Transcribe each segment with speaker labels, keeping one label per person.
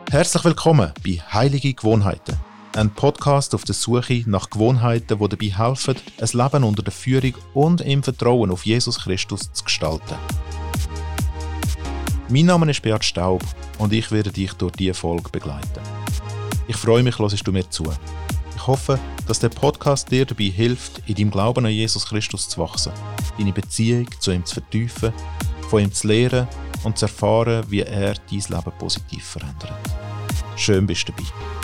Speaker 1: Herzlich willkommen bei Heilige Gewohnheiten, ein Podcast auf der Suche nach Gewohnheiten, die dabei helfen, ein Leben unter der Führung und im Vertrauen auf Jesus Christus zu gestalten. Mein Name ist Beat Staub und ich werde dich durch diese Folge begleiten. Ich freue mich, hörst du mir zu. Ich hoffe, dass der Podcast dir dabei hilft, in deinem Glauben an Jesus Christus zu wachsen, deine Beziehung zu ihm zu vertiefen, von ihm zu lernen und zu erfahren, wie er dein Leben positiv verändert. Schön bist du dabei.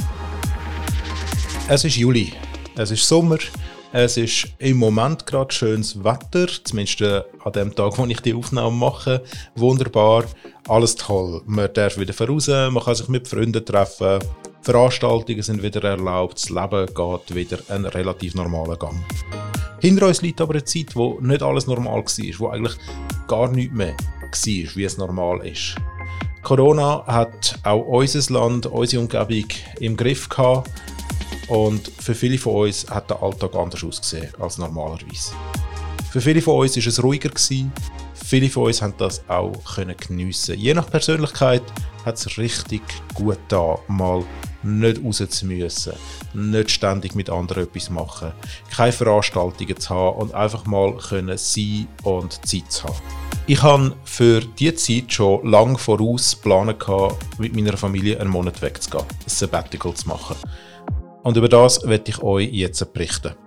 Speaker 1: Es ist Juli, es ist Sommer, es ist im Moment gerade schönes Wetter, zumindest an dem Tag, wo ich die Aufnahme mache. Wunderbar, alles toll. Man darf wieder voraus, man kann sich mit Freunden treffen, Veranstaltungen sind wieder erlaubt, das Leben geht wieder einen relativ normalen Gang. Hinter uns liegt aber eine Zeit, wo nicht alles normal war, wo eigentlich gar nichts mehr war, wie es normal ist. Corona hat auch unser Land, unsere Umgebung im Griff gehabt und für viele von uns hat der Alltag anders ausgesehen als normalerweise. Für viele von uns war es ruhiger gewesen, viele von uns haben das auch geniessen. Je nach Persönlichkeit hat es richtig gut getan, mal nicht raus zu müssen, nicht ständig mit anderen etwas machen, keine Veranstaltungen zu haben und einfach mal sein und Zeit zu haben. Ich habe für diese Zeit schon lange voraus geplant, mit meiner Familie einen Monat wegzugehen, ein Sabbatical zu machen. Und über das möchte ich euch jetzt berichten.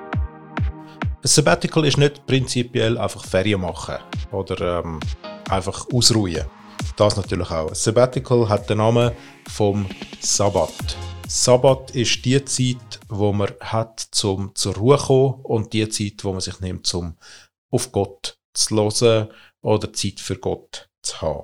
Speaker 1: Ein Sabbatical ist nicht prinzipiell einfach Ferien machen oder einfach ausruhen. Das natürlich auch. Ein Sabbatical hat den Namen vom Sabbat. Sabbat ist die Zeit, wo man hat, zum zur Ruhe zu kommen und die Zeit, wo man sich nimmt, um auf Gott zu hören oder Zeit für Gott zu haben.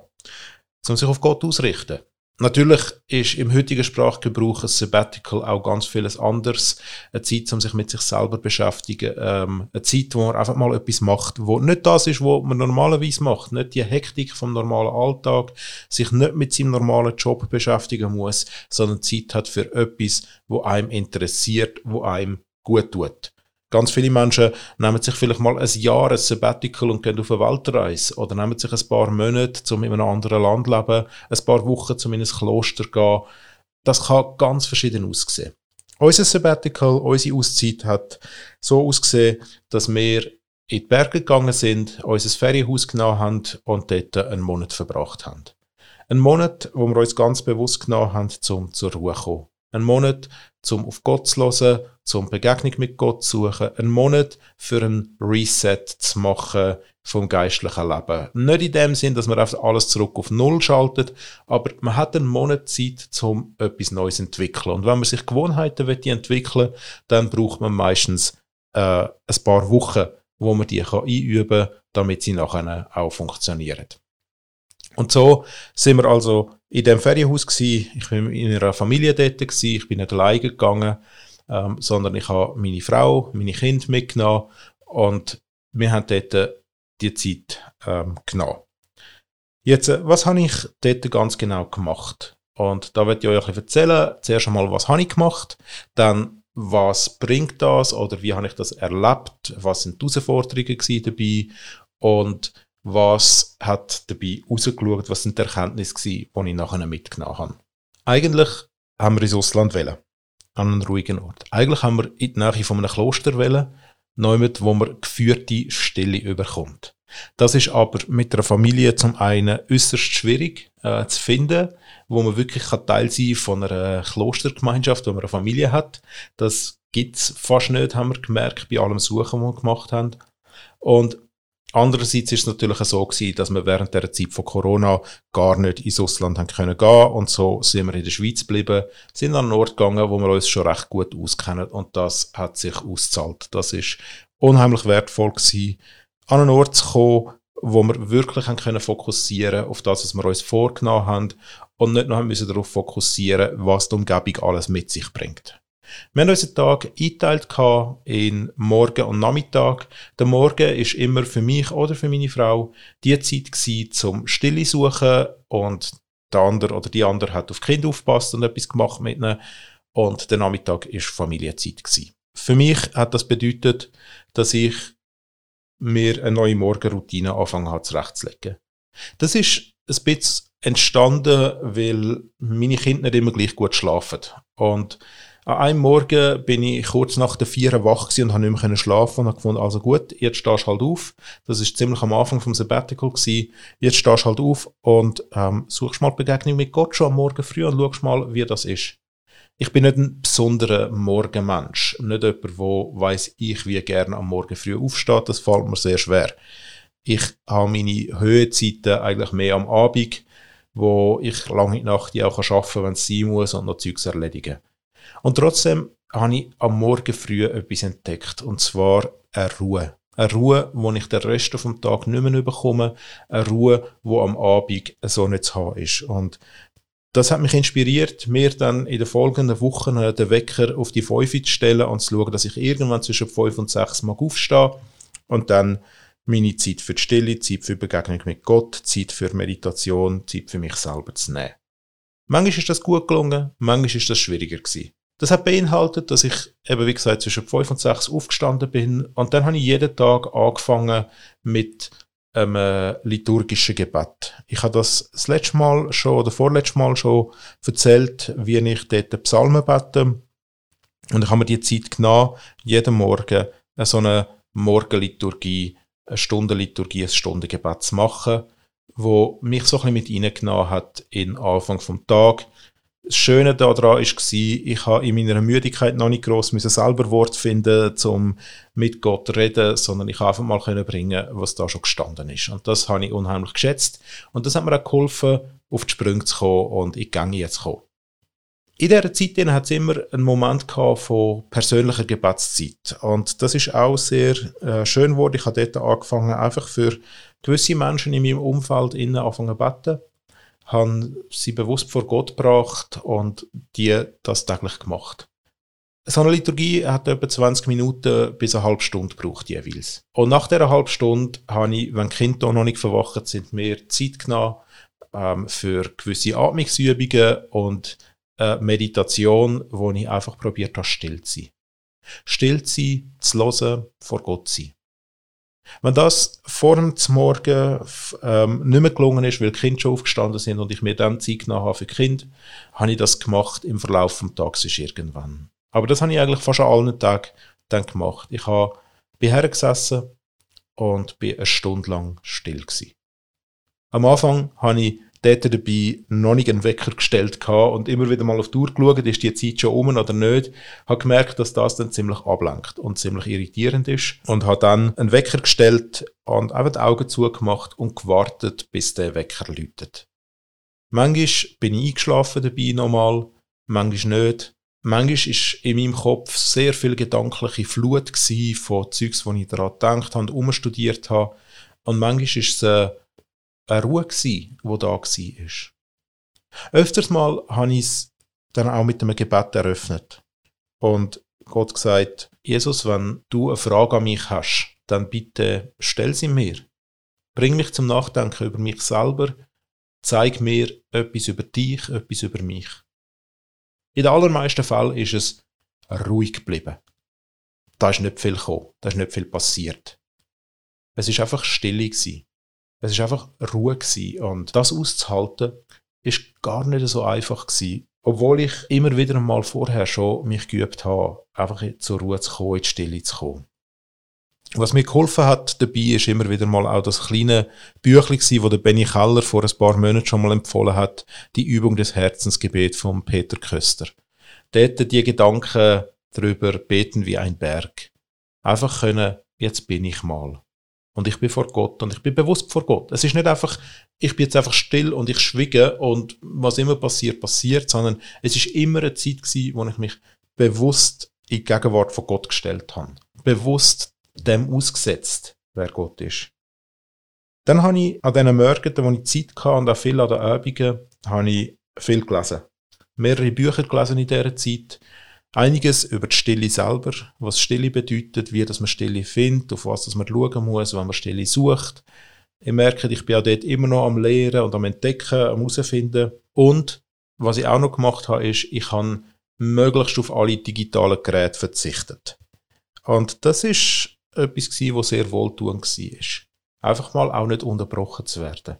Speaker 1: Um sich auf Gott auszurichten. Natürlich ist im heutigen Sprachgebrauch ein Sabbatical auch ganz vieles anderes. Eine Zeit, um sich mit sich selber zu beschäftigen. Eine Zeit, wo man einfach mal etwas macht, wo nicht das ist, was man normalerweise macht. Nicht die Hektik vom normalen Alltag, sich nicht mit seinem normalen Job beschäftigen muss, sondern Zeit hat für etwas, wo einem interessiert, wo einem gut tut. Ganz viele Menschen nehmen sich vielleicht mal ein Jahr ein Sabbatical und gehen auf eine Weltreise oder nehmen sich ein paar Monate, um in einem anderen Land zu leben, ein paar Wochen, um in ein Kloster zu gehen. Das kann ganz verschieden aussehen. Unser Sabbatical, unsere Auszeit hat so ausgesehen, dass wir in die Berge gegangen sind, unser Ferienhaus genommen haben und dort einen Monat verbracht haben. Einen Monat, wo wir uns ganz bewusst genommen haben, um zur Ruhe zu kommen. Ein Monat, um auf Gott zu hören, um Begegnung mit Gott zu suchen. Ein Monat für ein Reset zu machen vom geistlichen Leben. Nicht in dem Sinn, dass man einfach alles zurück auf Null schaltet, aber man hat einen Monat Zeit, um etwas Neues zu entwickeln. Und wenn man sich Gewohnheiten entwickeln will, dann braucht man meistens ein paar Wochen, wo man die einüben kann, damit sie nachher auch funktionieren. Und so sind wir also in dem Ferienhaus gsi. Ich bin in einer Familie dort gsi. Ich bin nicht alleine gegangen, sondern ich habe meine Frau, meine Kinder mitgenommen und wir haben dort die Zeit genommen. Jetzt, was habe ich dort ganz genau gemacht? Und da werde ich euch ein bisschen erzählen. Zuerst einmal, was habe ich gemacht? Dann, was bringt das oder wie habe ich das erlebt? Was sind die Herausforderungen dabei? Und was hat dabei rausgeschaut, was sind die Erkenntnisse gewesen, die ich nachher mitgenommen habe. Eigentlich haben wir ins Ausland wollen, an einen ruhigen Ort. Eigentlich haben wir in die Nähe von einem Kloster wollen, niemand, wo man geführte Stille überkommt. Das ist aber mit einer Familie zum einen äußerst schwierig zu finden, wo man wirklich Teil sein kann von einer Klostergemeinschaft, wo man eine Familie hat. Das gibt es fast nicht, haben wir gemerkt, bei allem Suchen, was wir gemacht haben. Und andererseits ist es natürlich so gewesen, dass wir während der Zeit von Corona gar nicht ins Ausland haben können gehen und so sind wir in der Schweiz geblieben, sind an einen Ort gegangen, wo wir uns schon recht gut auskennen und das hat sich ausgezahlt. Das ist unheimlich wertvoll gewesen, an einen Ort zu kommen, wo wir wirklich haben können fokussieren auf das, was wir uns vorgenommen haben und nicht noch müssen darauf fokussieren, was die Umgebung alles mit sich bringt. Wir haben unseren Tag eingeteilt in Morgen und Nachmittag. Der Morgen ist immer für mich oder für meine Frau die Zeit gewesen, zum Stille suchen und der andere oder die andere hat auf die Kinder aufgepasst und etwas gemacht mit ihnen und der Nachmittag war Familienzeit gewesen. Für mich hat das bedeutet, dass ich mir eine neue Morgenroutine anfangen habe zurechtzulegen. Das ist ein bisschen entstanden, weil meine Kinder nicht immer gleich gut schlafen. Und an einem Morgen bin ich kurz nach der 4 wach gewesen und habe nicht mehr schlafen und habe gefunden, also gut, jetzt stehst du halt auf. Das ist ziemlich am Anfang vom Sabbatical gewesen. Jetzt stehst du halt auf und suchst mal die Begegnung mit Gott schon am Morgen früh und schaust mal, wie das ist. Ich bin nicht ein besonderer Morgenmensch. Nicht jemand, der weiss ich, wie gerne am Morgen früh aufsteht. Das fällt mir sehr schwer. Ich habe meine Höhezeiten eigentlich mehr am Abend, wo ich lange in der Nacht auch arbeiten kann, wenn es sein muss und noch Zeugs erledigen. Und trotzdem habe ich am Morgen früh etwas entdeckt, und zwar eine Ruhe. Eine Ruhe, die ich den Rest vom Tag nicht mehr bekomme. Eine Ruhe, die am Abend so nicht zu haben ist. Und das hat mich inspiriert, mir dann in den folgenden Wochen den Wecker auf die 5 zu stellen und zu schauen, dass ich irgendwann zwischen 5 und 6 mag aufstehen und dann meine Zeit für die Stille, Zeit für die Begegnung mit Gott, Zeit für Meditation, Zeit für mich selber zu nehmen. Manchmal ist das gut gelungen, manchmal ist das schwieriger gewesen. Das hat beinhaltet, dass ich eben, wie gesagt, zwischen 5 und 6 aufgestanden bin und dann habe ich jeden Tag angefangen mit einem liturgischen Gebet. Ich habe das letzte Mal schon oder vorletztes Mal schon erzählt, wie ich dort Psalmen bete. Und ich habe mir die Zeit genommen, jeden Morgen so eine Morgenliturgie, eine Stundenliturgie, ein Stundengebet zu machen, wo mich so ein bisschen mit reingenommen hat in den Anfang des Tages. Das Schöne daran war, ich habe in meiner Müdigkeit noch nicht gross selber Wort finden, um mit Gott zu reden, sondern ich konnte einfach mal bringen, was da schon gestanden ist. Und das habe ich unheimlich geschätzt. Und das hat mir auch geholfen, auf die Sprünge zu kommen und in die Gänge zu kommen. In dieser Zeit hat es immer einen Moment gehabt von persönlicher Gebetszeit. Und das ist auch sehr schön geworden. Ich habe dort angefangen, einfach für gewisse Menschen in meinem Umfeld anfangen zu beten. Habe sie bewusst vor Gott gebracht und die das täglich gemacht. So eine Liturgie hat etwa 20 Minuten bis eine halbe Stunde gebraucht jeweils. Und nach dieser halben Stunde habe ich, wenn die Kinder noch nicht verwacht sind, mir Zeit genommen für gewisse Atmungsübungen und Meditation, wo ich einfach probiert habe, still zu sein. Still zu sein, zu hören, vor Gott zu sein. Wenn das vor dem Morgen nicht mehr gelungen ist, weil die Kinder schon aufgestanden sind und ich mir dann Zeit genommen habe für die Kinder, habe ich das gemacht im Verlauf des Tages irgendwann. Aber das habe ich eigentlich fast an allen Tagen dann gemacht. Ich bin hergesessen und bin eine Stunde lang still gewesen. Am Anfang habe ich dort dabei noch nicht einen Wecker gestellt und immer wieder mal auf die Uhr geschaut, ist die Zeit schon um oder nicht. Habe gemerkt, dass das dann ziemlich ablenkt und ziemlich irritierend ist und habe dann einen Wecker gestellt und einfach die Augen zugemacht und gewartet, bis der Wecker läutet. Manchmal bin ich eingeschlafen dabei nochmal, manchmal nicht. Manchmal war in meinem Kopf sehr viel gedankliche Flut von Zeugs, die ich daran gedacht habe und umstudiert habe. Und manchmal war es eine Ruhe, die da war. Öfters mal habe ich es dann auch mit einem Gebet eröffnet. Und Gott gesagt, Jesus, wenn du eine Frage an mich hast, dann bitte stell sie mir. Bring mich zum Nachdenken über mich selber. Zeig mir etwas über dich, etwas über mich. In den allermeisten Fällen ist es ruhig geblieben. Da ist nicht viel gekommen, da ist nicht viel passiert. Es war einfach Stille gewesen. Es war einfach Ruhe gewesen. Und das auszuhalten, ist gar nicht so einfach gewesen. Obwohl ich immer wieder mal vorher schon mich geübt habe, einfach zur Ruhe zu kommen, in die Stille zu kommen. Was mir geholfen hat dabei, ist immer wieder mal auch das kleine Büchlein gewesen, das der Benny Keller vor ein paar Monaten schon mal empfohlen hat, die Übung des Herzensgebets von Peter Köster. Dort die Gedanken darüber beten wie ein Berg. Einfach können, jetzt bin ich mal. Und ich bin vor Gott und ich bin bewusst vor Gott. Es ist nicht einfach, ich bin jetzt einfach still und ich schwiege und was immer passiert, passiert, sondern es ist immer eine Zeit gewesen, wo ich mich bewusst in die Gegenwart von Gott gestellt habe. Bewusst dem ausgesetzt, wer Gott ist. Dann habe ich an diesen Morgen, wo ich Zeit hatte und auch viel an den Abenden, habe ich viel gelesen. Mehrere Bücher gelesen in dieser Zeit. Einiges über die Stille selber, was Stille bedeutet, wie dass man Stille findet, auf was dass man schauen muss, wenn man Stille sucht. Ich merke, ich bin auch dort immer noch am Lehren und am Entdecken, am Herausfinden. Und was ich auch noch gemacht habe, ist, ich habe möglichst auf alle digitalen Geräte verzichtet. Und das ist etwas gewesen, was sehr wohltuend war. Einfach mal auch nicht unterbrochen zu werden.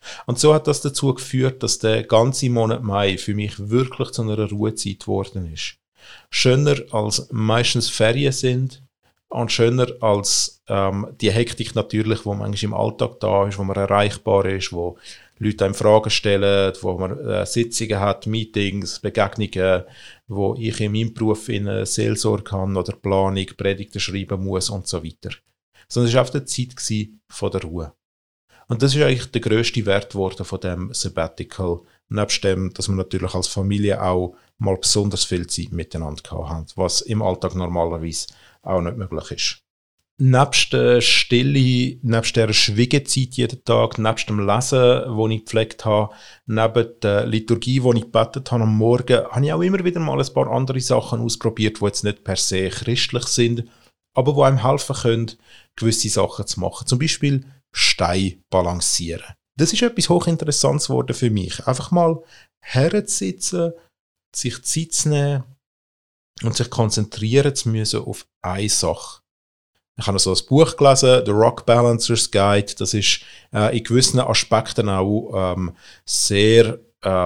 Speaker 1: Und so hat das dazu geführt, dass der ganze Monat Mai für mich wirklich zu einer Ruhezeit geworden ist. Schöner als meistens Ferien sind und schöner als die Hektik natürlich, wo manchmal im Alltag da ist, wo man erreichbar ist, wo Leute einem Fragen stellen, wo man Sitzungen hat, Meetings, Begegnungen, wo ich in meinem Beruf in Seelsorge habe oder Planung, Predigten schreiben muss und so weiter. Sondern es war einfach die Zeit von der Ruhe. Und das ist eigentlich der grösste Wert geworden von dem Sabbatical. Nebst dem, dass wir natürlich als Familie auch mal besonders viel Zeit miteinander gehabt haben, was im Alltag normalerweise auch nicht möglich ist. Nebst der Stille, nebst der Schwiegezeit jeden Tag, nebst dem Lesen, das ich gepflegt habe, neben der Liturgie, die ich gebetet habe am Morgen, habe ich auch immer wieder mal ein paar andere Sachen ausprobiert, die jetzt nicht per se christlich sind, aber die einem helfen können, gewisse Sachen zu machen. Zum Beispiel Stein balancieren. Das ist etwas hochinteressantes geworden für mich. Einfach mal herzusitzen, sich Zeit zu nehmen und sich konzentrieren zu müssen auf eine Sache. Ich habe noch so ein Buch gelesen, The Rock Balancer's Guide. Das ist in gewissen Aspekten auch sehr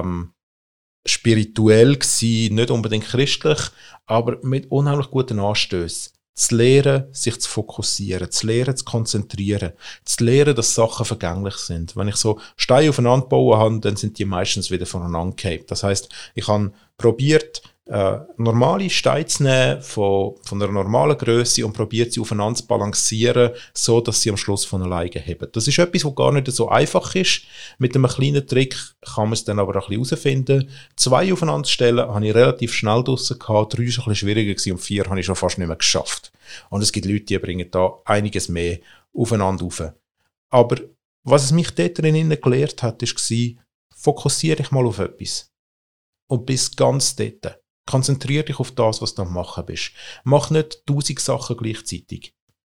Speaker 1: spirituell gewesen, nicht unbedingt christlich, aber mit unheimlich guten Anstößen. Zu lernen, sich zu fokussieren, zu lernen, zu konzentrieren, zu lernen, dass Sachen vergänglich sind. Wenn ich so Steine aufeinander bauen habe, dann sind die meistens wieder voneinander gehabt. Das heisst, ich habe probiert, normale Steine zu nehmen von einer normalen Größe und probiert sie aufeinander zu balancieren, so dass sie am Schluss von alleine heben. Das ist etwas, was gar nicht so einfach ist. Mit einem kleinen Trick kann man es dann aber ein bisschen herausfinden. 2 aufeinander stellen habe ich relativ schnell draussen gehabt, 3 war ein bisschen schwieriger gewesen und 4 habe ich schon fast nicht mehr geschafft. Und es gibt Leute, die bringen da einiges mehr aufeinander rauf. Aber was es mich dort drinnen gelehrt hat, war, fokussiere dich mal auf etwas. Und bis ganz dort. Konzentriere dich auf das, was du am Machen bist. Mach nicht 1000 Sachen gleichzeitig.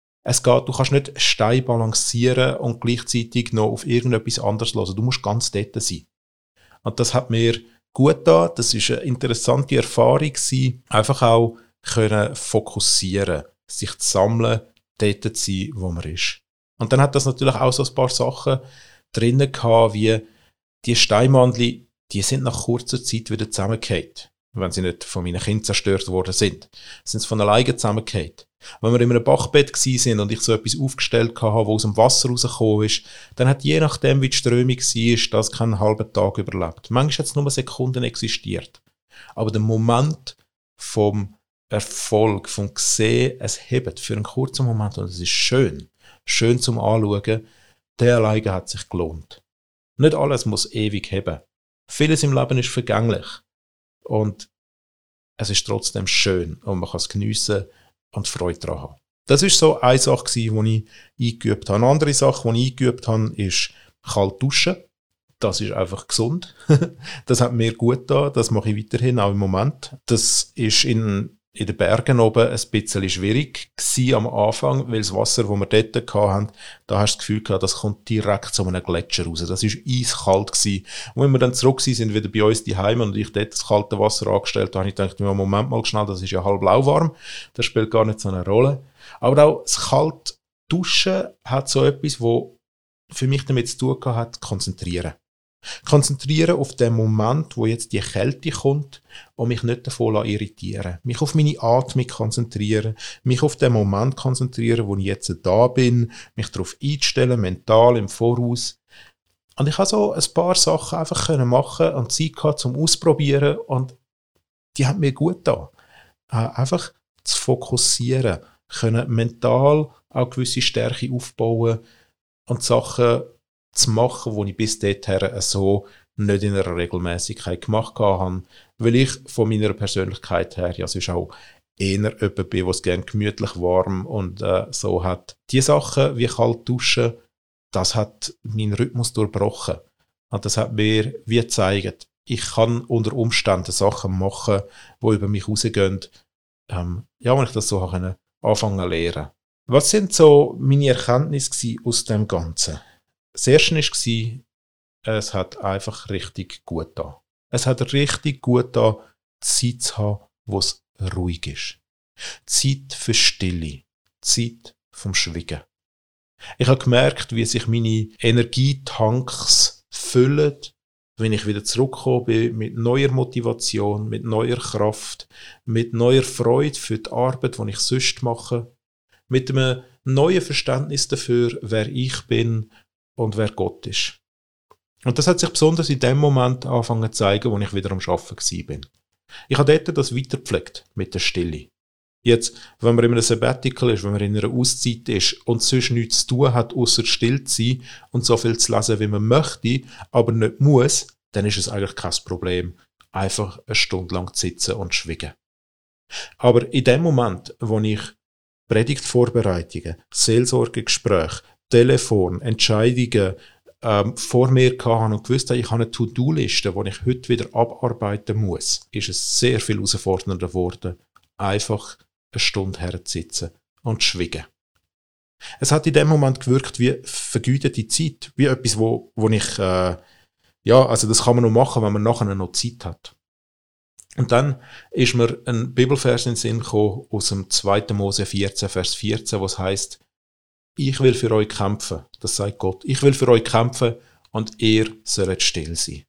Speaker 1: Du kannst nicht Stein balancieren und gleichzeitig noch auf irgendetwas anderes hören. Du musst ganz dort sein. Und das hat mir gut getan. Das war eine interessante Erfahrung gewesen. Einfach auch können fokussieren, sich zu sammeln, dort zu sein, wo man ist. Und dann hat das natürlich auch so ein paar Sachen drinnen gehabt, wie die Steinmandel, die sind nach kurzer Zeit wieder zusammengefallen. Wenn sie nicht von meinen Kindern zerstört worden sind. Sind sie von alleine zusammengefallen. Wenn wir in einem Bachbett waren und ich so etwas aufgestellt hatte, wo aus dem Wasser rausgekommen ist, dann hat je nachdem, wie die Strömung war, das keinen halben Tag überlebt. Manchmal hat es nur Sekunden existiert. Aber der Moment vom Erfolg, vom Gesehen, es hebt für einen kurzen Moment, und es ist schön zum Anschauen, der alleine hat sich gelohnt. Nicht alles muss ewig heben. Vieles im Leben ist vergänglich. Und es ist trotzdem schön und man kann es geniessen und Freude daran haben. Das war so eine Sache, die ich eingeübt habe. Eine andere Sache, die ich eingeübt habe, ist kalt duschen. Das ist einfach gesund. Das hat mir gut getan. Das mache ich weiterhin, auch im Moment. Das ist in den Bergen oben ein bisschen schwierig gewesen am Anfang, weil das Wasser, das wir dort hatten, da hast du das Gefühl gehabt, das kommt direkt zu einem Gletscher raus. Das war eiskalt gewesen. Und wenn wir dann zurück sind, wieder bei uns daheim und ich dort das kalte Wasser angestellt habe, habe ich gedacht, Moment mal schnell, das ist ja halb lauwarm. Das spielt gar nicht so eine Rolle. Aber auch das kalte Duschen hat so etwas, wo für mich damit zu tun hat, konzentrieren. Konzentrieren auf den Moment, wo jetzt die Kälte kommt und mich nicht davon irritieren. Mich auf meine Atmung konzentrieren, mich auf den Moment konzentrieren, wo ich jetzt da bin, mich darauf einstellen, mental im Voraus. Und ich habe so ein paar Sachen einfach machen und Zeit gehabt zum Ausprobieren und die haben mir gut getan. Einfach zu fokussieren, können mental auch gewisse Stärke aufbauen und Sachen zu machen, die ich bis dahin so nicht in einer Regelmäßigkeit gemacht habe, weil ich von meiner Persönlichkeit her ja sonst auch eher jemand bin, der es gerne gemütlich warm und so hat. Die Sachen wie kalt duschen, das hat meinen Rhythmus durchbrochen. Und das hat mir wie gezeigt, ich kann unter Umständen Sachen machen, die über mich rausgehen, wenn ich das so anfangen zu lernen. Was sind so meine Erkenntnisse aus dem Ganzen? Das erste war, es hat einfach richtig gut getan. Es hat richtig gut getan, Zeit zu haben, wo es ruhig ist. Zeit für Stille. Zeit vom Schweigen. Ich habe gemerkt, wie sich meine Energietanks füllen, wenn ich wieder zurückgekommen bin, mit neuer Motivation, mit neuer Kraft, mit neuer Freude für die Arbeit, die ich sonst mache, mit einem neuen Verständnis dafür, wer ich bin und wer Gott ist. Und das hat sich besonders in dem Moment angefangen zu zeigen, wo ich wieder am Arbeiten war. Ich habe dort das weitergepflegt mit der Stille. Jetzt, wenn man in einem Sabbatical ist, wenn man in einer Auszeit ist und sonst nichts zu tun hat, außer still zu sein und so viel zu lesen, wie man möchte, aber nicht muss, dann ist es eigentlich kein Problem, einfach eine Stunde lang zu sitzen und zu schweigen. Aber in dem Moment, wo ich Predigtvorbereitungen, Seelsorgegespräche, Telefon, Entscheidungen vor mir hatte und gewusst habe, ich habe eine To-Do-Liste, die ich heute wieder abarbeiten muss, ist es sehr viel herausfordernder geworden, einfach eine Stunde herzusitzen und zu schweigen. Es hat in dem Moment gewirkt wie vergütete Zeit, wie etwas, wo ich, also das kann man noch machen, wenn man nachher noch Zeit hat. Und dann ist mir ein Bibelvers in den Sinn gekommen aus dem 2. Mose 14, Vers 14, wo es heisst, ich will für euch kämpfen, das sagt Gott, ich will für euch kämpfen und ihr sollt still sein.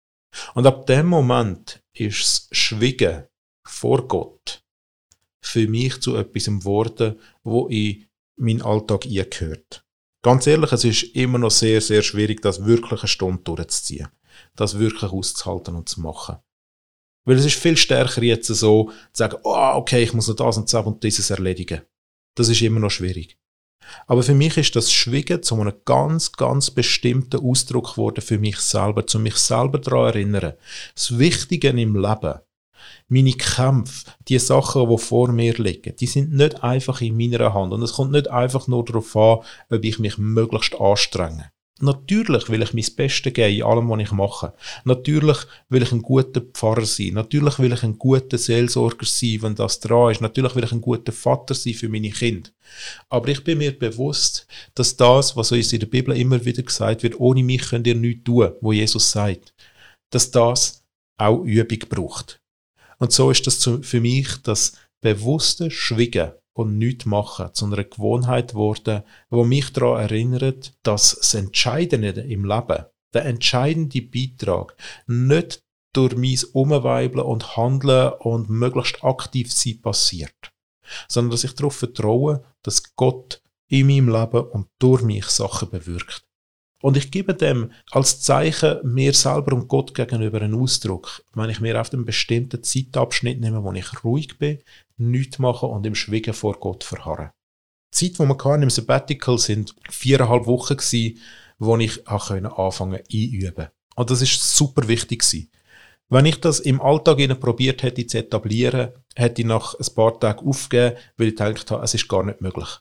Speaker 1: Und ab dem Moment ist das Schweigen vor Gott für mich zu etwas geworden, wo in meinen Alltag eingehört. Ganz ehrlich, es ist immer noch sehr, sehr schwierig, das wirklich eine Stunde durchzuziehen. Das wirklich auszuhalten und zu machen. Weil es ist viel stärker jetzt so, zu sagen, okay, ich muss noch das und dieses erledigen. Das ist immer noch schwierig. Aber für mich ist das Schweigen zu einem ganz, ganz bestimmten Ausdruck geworden für mich selber, zu mich selber daran erinnern. Das Wichtige im Leben, meine Kämpfe, die Sachen, die vor mir liegen, die sind nicht einfach in meiner Hand. Und es kommt nicht einfach nur darauf an, ob ich mich möglichst anstrenge. Natürlich will ich mein Bestes geben in allem, was ich mache. Natürlich will ich ein guter Pfarrer sein. Natürlich will ich ein guter Seelsorger sein, wenn das dran ist. Natürlich will ich ein guter Vater sein für meine Kinder. Aber ich bin mir bewusst, dass das, was uns in der Bibel immer wieder gesagt wird, ohne mich könnt ihr nichts tun, wo Jesus sagt, dass das auch Übung braucht. Und so ist das für mich das bewusste Schweigen und nichts machen zu einer Gewohnheit geworden, die mich daran erinnert, dass das Entscheidende im Leben, der entscheidende Beitrag, nicht durch mein Umweibeln und Handeln und möglichst aktiv sein passiert, sondern dass ich darauf vertraue, dass Gott in meinem Leben und durch mich Sachen bewirkt. Und ich gebe dem als Zeichen mir selber und Gott gegenüber einen Ausdruck, wenn ich mir auf einen bestimmten Zeitabschnitt nehme, wo ich ruhig bin, nichts mache und im Schweigen vor Gott verharre. Die Zeit, die man im Sabbatical sind 4,5 Wochen gewesen, wo ich anfangen einüben. Und das ist super wichtig gewesen. Wenn ich das im Alltag probiert hätte zu etablieren, hätte ich nach ein paar Tagen aufgegeben, weil ich gedacht habe, es ist gar nicht möglich.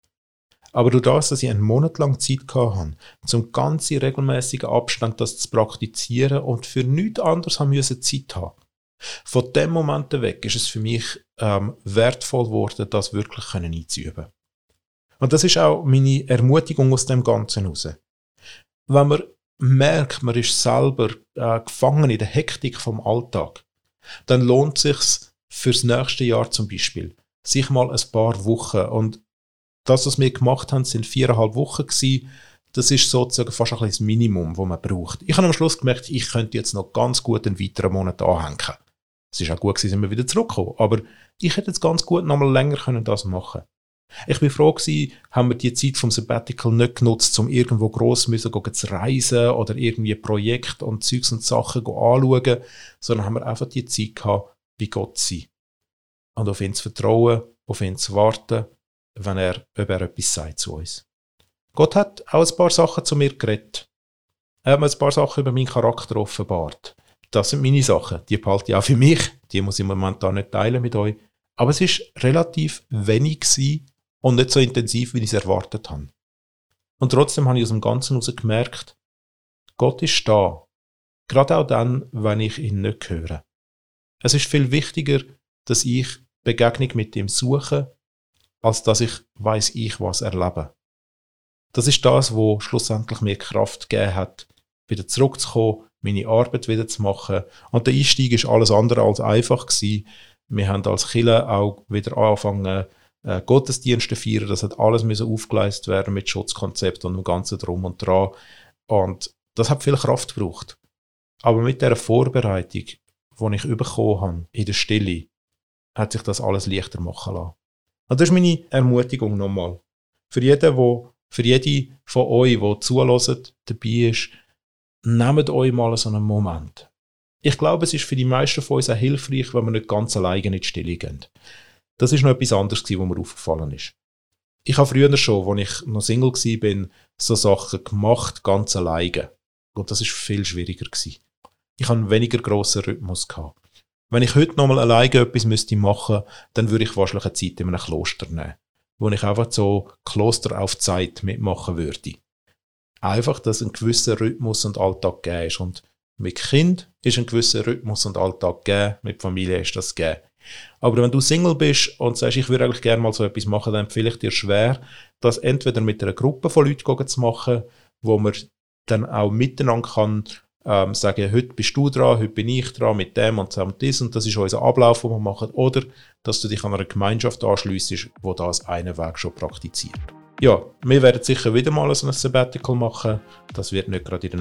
Speaker 1: Aber durch das, dass ich einen Monat lang Zeit hatte, zum ganzen regelmäßigen Abstand das zu praktizieren und für nichts anderes haben müssen Zeit haben. Von dem Moment weg ist es für mich wertvoll geworden, das wirklich einzuüben. Und das ist auch meine Ermutigung aus dem Ganzen heraus. Wenn man merkt, man ist selber gefangen in der Hektik vom Alltag, dann lohnt es sich fürs nächste Jahr zum Beispiel, sich mal ein paar Wochen, und das, was wir gemacht haben, sind 4,5 Wochen gewesen. Das ist sozusagen fast ein bisschen das Minimum, das man braucht. Ich habe am Schluss gemerkt, ich könnte jetzt noch ganz gut einen weiteren Monat anhängen. Es ist auch gut gewesen, sind wir wieder zurückgekommen. Aber ich hätte jetzt ganz gut noch mal länger das machen können. Ich bin froh gewesen, haben wir die Zeit vom Sabbatical nicht genutzt, um irgendwo gross zu reisen oder irgendwie Projekte und Zeugs und Sachen anzuschauen, sondern haben wir einfach die Zeit gehabt, bei Gott zu sein. Und auf ihn zu vertrauen, auf ihn zu warten, ob er etwas sagt zu uns. Gott hat auch ein paar Sachen zu mir geredet. Er hat mir ein paar Sachen über meinen Charakter offenbart. Das sind meine Sachen, die behalte ich auch für mich. Die muss ich im Moment da nicht teilen mit euch. Aber es war relativ wenig gewesen und nicht so intensiv, wie ich es erwartet habe. Und trotzdem habe ich aus dem Ganzen heraus gemerkt, Gott ist da. Gerade auch dann, wenn ich ihn nicht höre. Es ist viel wichtiger, dass ich Begegnung mit ihm suche, als dass ich weiss ich was erlebe. Das ist das, was schlussendlich mir Kraft gegeben hat, wieder zurückzukommen, meine Arbeit wieder zu machen. Und der Einstieg ist alles andere als einfach gewesen. Wir haben als Kirche auch wieder angefangen, Gottesdienste zu feiern. Das hat alles aufgeleistet werden mit Schutzkonzept und dem ganzen Drum und Dran. Und Das hat viel Kraft gebraucht. Aber mit dieser Vorbereitung, die ich bekommen habe, in der Stille, hat sich das alles leichter machen lassen. Und das ist meine Ermutigung nochmal. Für jede von euch, die zuhören, dabei ist, nehmt euch mal so einen Moment. Ich glaube, es ist für die meisten von uns auch hilfreich, wenn wir nicht ganz alleine in die Stille gehen. Das ist noch etwas anderes, was mir aufgefallen ist. Ich habe früher schon, als ich noch Single war, so Sachen gemacht, ganz alleine. Und das war viel schwieriger. Ich hatte einen weniger grossen Rhythmus. Wenn ich heute nochmal alleine etwas machen müsste, dann würde ich wahrscheinlich eine Zeit in einem Kloster nehmen, wo ich einfach so Kloster auf Zeit mitmachen würde. Einfach, dass ein gewisser Rhythmus und Alltag gegeben ist. Und mit Kind ist ein gewisser Rhythmus und Alltag gegeben, mit Familie ist das gegeben. Aber wenn du Single bist und sagst, ich würde eigentlich gerne mal so etwas machen, dann empfehle ich dir schwer, das entweder mit einer Gruppe von Leuten zu machen, wo man dann auch miteinander kann sagen, heute bist du dran, heute bin ich dran, mit dem und das und das ist unser Ablauf, den wir machen. Oder, dass du dich an einer Gemeinschaft anschliessest, die das einen Weg schon praktiziert. Ja, wir werden sicher wieder mal so ein Sabbatical machen. Das wird nicht gerade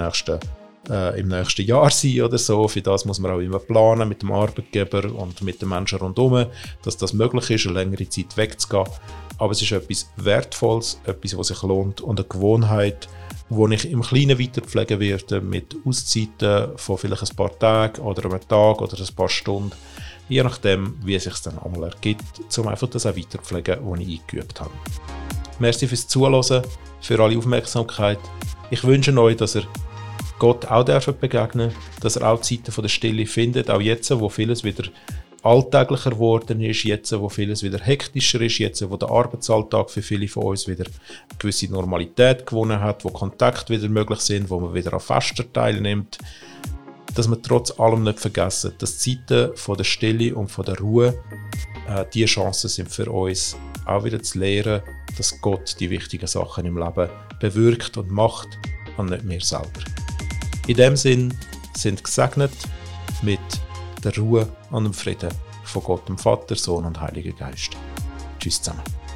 Speaker 1: im nächsten Jahr sein oder so. Für das muss man auch immer planen mit dem Arbeitgeber und mit den Menschen rundherum, dass das möglich ist, eine längere Zeit wegzugehen. Aber es ist etwas Wertvolles, etwas, was sich lohnt und eine Gewohnheit, die ich im Kleinen weiterpflegen werde, mit Auszeiten von vielleicht ein paar Tagen oder einem Tag oder ein paar Stunden, je nachdem, wie es sich dann einmal ergibt, um einfach das auch weiterpflegen, was ich eingeübt habe. Merci fürs Zuhören, für alle Aufmerksamkeit. Ich wünsche euch, dass ihr Gott auch begegnen dürft, dass ihr auch Zeiten von der Stille findet, auch jetzt, wo vieles wieder alltäglicher geworden ist, jetzt, wo vieles wieder hektischer ist, jetzt, wo der Arbeitsalltag für viele von uns wieder eine gewisse Normalität gewonnen hat, wo Kontakte wieder möglich sind, wo man wieder an Festen teilnimmt, dass wir trotz allem nicht vergessen, dass Zeiten von der Stille und von der Ruhe die Chancen sind für uns, auch wieder zu lernen, dass Gott die wichtigen Sachen im Leben bewirkt und macht und nicht wir selber. In dem Sinn sind gesegnet mit der Ruhe und dem Frieden von Gott, dem Vater, Sohn und Heiliger Geist. Tschüss zusammen.